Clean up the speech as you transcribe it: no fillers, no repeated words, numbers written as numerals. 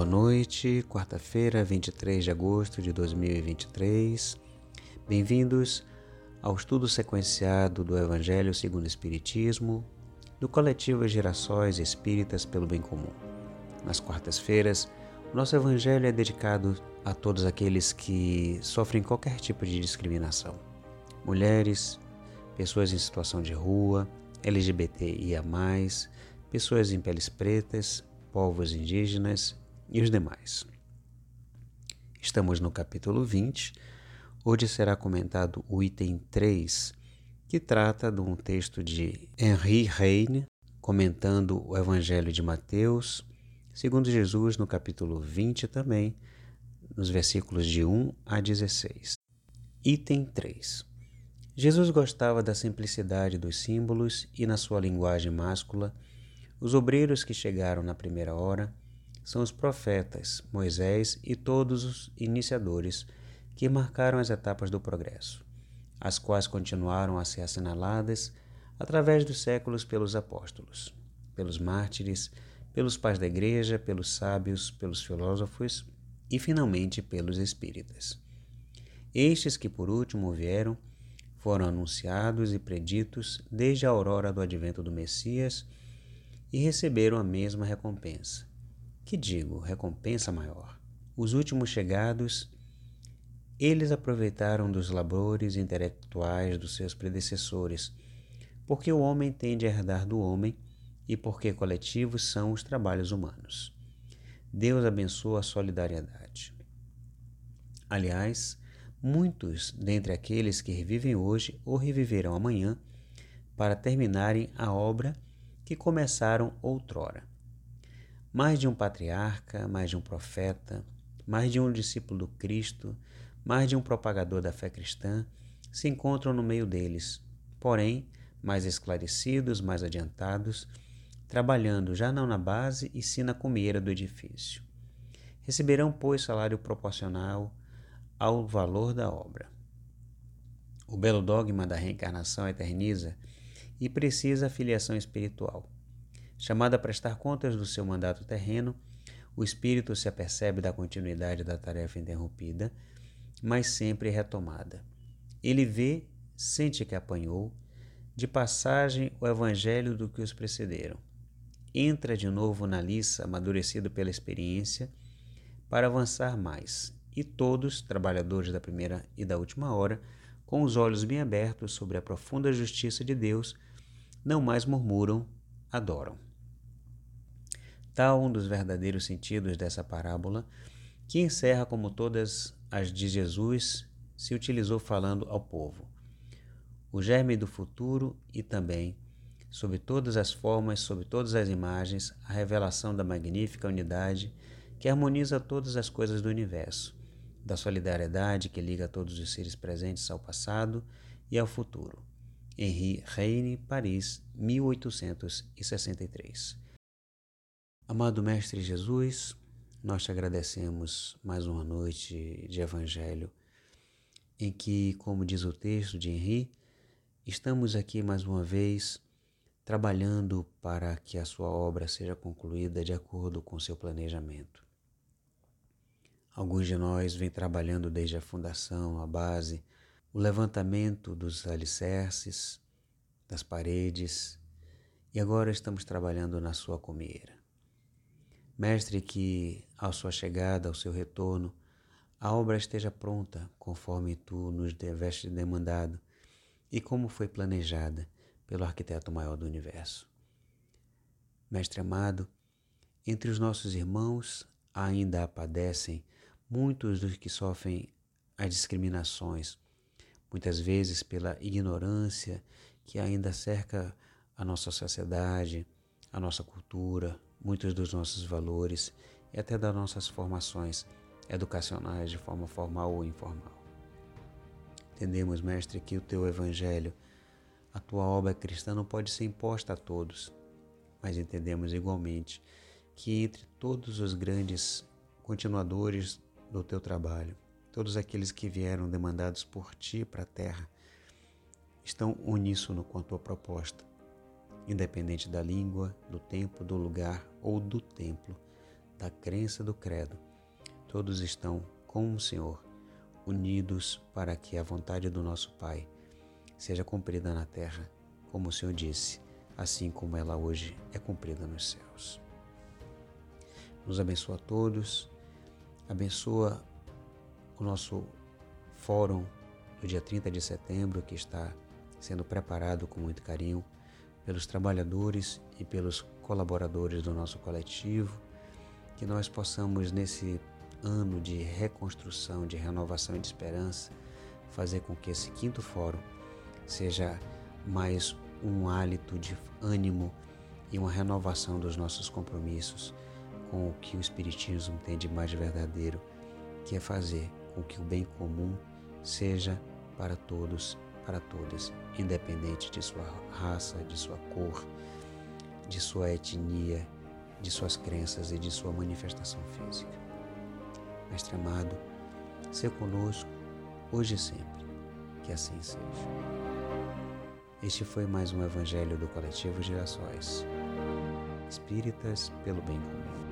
noite, quarta-feira, 23 de agosto de 2023. Bem-vindos ao estudo sequenciado do Evangelho segundo o Espiritismo, do coletivo Girassóis Espíritas pelo Bem Comum. Nas quartas-feiras, o nosso Evangelho é dedicado a todos aqueles que sofrem qualquer tipo de discriminação. Mulheres, pessoas em situação de rua, LGBTIA+, pessoas em peles pretas, povos indígenas e os demais. Estamos no capítulo 20, onde será comentado o item 3, que trata de um texto de Henri Heine, comentando o Evangelho de Mateus, segundo Jesus, no capítulo 20 também, nos versículos de 1 a 16. Item 3. Jesus gostava da simplicidade dos símbolos e, na sua linguagem máscula, os obreiros que chegaram na primeira hora são os profetas, Moisés e todos os iniciadores que marcaram as etapas do progresso, as quais continuaram a ser assinaladas através dos séculos pelos apóstolos, pelos mártires, pelos pais da igreja, pelos sábios, pelos filósofos e, finalmente, pelos espíritas. Estes que, por último, vieram, foram anunciados e preditos desde a aurora do advento do Messias e receberam a mesma recompensa. Que digo, recompensa maior. Os últimos chegados, eles aproveitaram dos labores intelectuais dos seus predecessores, porque o homem tende a herdar do homem e porque coletivos são os trabalhos humanos. Deus abençoa a solidariedade. Aliás, muitos dentre aqueles que revivem hoje ou reviverão amanhã para terminarem a obra que começaram outrora. Mais de um patriarca, mais de um profeta, mais de um discípulo do Cristo, mais de um propagador da fé cristã se encontram no meio deles, porém, mais esclarecidos, mais adiantados, trabalhando já não na base e sim na cumeira do edifício. Receberão, pois, salário proporcional ao valor da obra. O belo dogma da reencarnação eterniza e precisa a filiação espiritual. Chamado a prestar contas do seu mandato terreno, o espírito se apercebe da continuidade da tarefa interrompida, mas sempre retomada. Ele vê, sente que apanhou, de passagem o evangelho do que os precederam. Entra de novo na liça, amadurecido pela experiência, para avançar mais, e todos, trabalhadores da primeira e da última hora, com os olhos bem abertos sobre a profunda justiça de Deus, não mais murmuram, adoram. Tal um dos verdadeiros sentidos dessa parábola, que encerra como todas as de Jesus, se utilizou falando ao povo. O germe do futuro e também, sob todas as formas, sob todas as imagens, a revelação da magnífica unidade que harmoniza todas as coisas do universo, da solidariedade que liga todos os seres presentes ao passado e ao futuro. Henri Heine, Paris, 1863. Amado Mestre Jesus, nós te agradecemos mais uma noite de Evangelho, em que, como diz o texto de Henri, estamos aqui mais uma vez trabalhando para que a sua obra seja concluída de acordo com seu planejamento. Alguns de nós vêm trabalhando desde a fundação, a base, o levantamento dos alicerces, das paredes, e agora estamos trabalhando na sua cumeira. Mestre, que à sua chegada, ao seu retorno, a obra esteja pronta, conforme tu nos tiveste demandado e como foi planejada pelo arquiteto maior do universo. Mestre amado, entre os nossos irmãos ainda padecem muitos dos que sofrem as discriminações, muitas vezes pela ignorância que ainda cerca a nossa sociedade, a nossa cultura, muitos dos nossos valores e até das nossas formações educacionais de forma formal ou informal. Entendemos, Mestre, que o teu Evangelho, a tua obra cristã não pode ser imposta a todos, mas entendemos igualmente que entre todos os grandes continuadores do teu trabalho, todos aqueles que vieram demandados por ti para a terra, estão uníssono com a tua proposta, independente da língua, do tempo, do lugar ou do templo. da crença do credo, todos estão com o Senhor, unidos para que a vontade do nosso Pai seja cumprida na terra, como o Senhor disse, assim como ela hoje é cumprida nos céus. Nos abençoa a todos, abençoa o nosso fórum do dia 30 de setembro, que está sendo preparado com muito carinho pelos trabalhadores e pelos colaboradores do nosso coletivo, que nós possamos, nesse ano de reconstrução, de renovação e de esperança, fazer com que esse 5º fórum seja mais um hálito de ânimo e uma renovação dos nossos compromissos com o que o Espiritismo tem de mais verdadeiro, que é fazer com que o bem comum seja para todos, para todas, independente de sua raça, de sua cor, de sua etnia, de suas crenças e de sua manifestação física. Mestre amado, seja conosco, hoje e sempre, que assim seja. Este foi mais um Evangelho do Coletivo Girassóis, Espíritas pelo Bem Comum.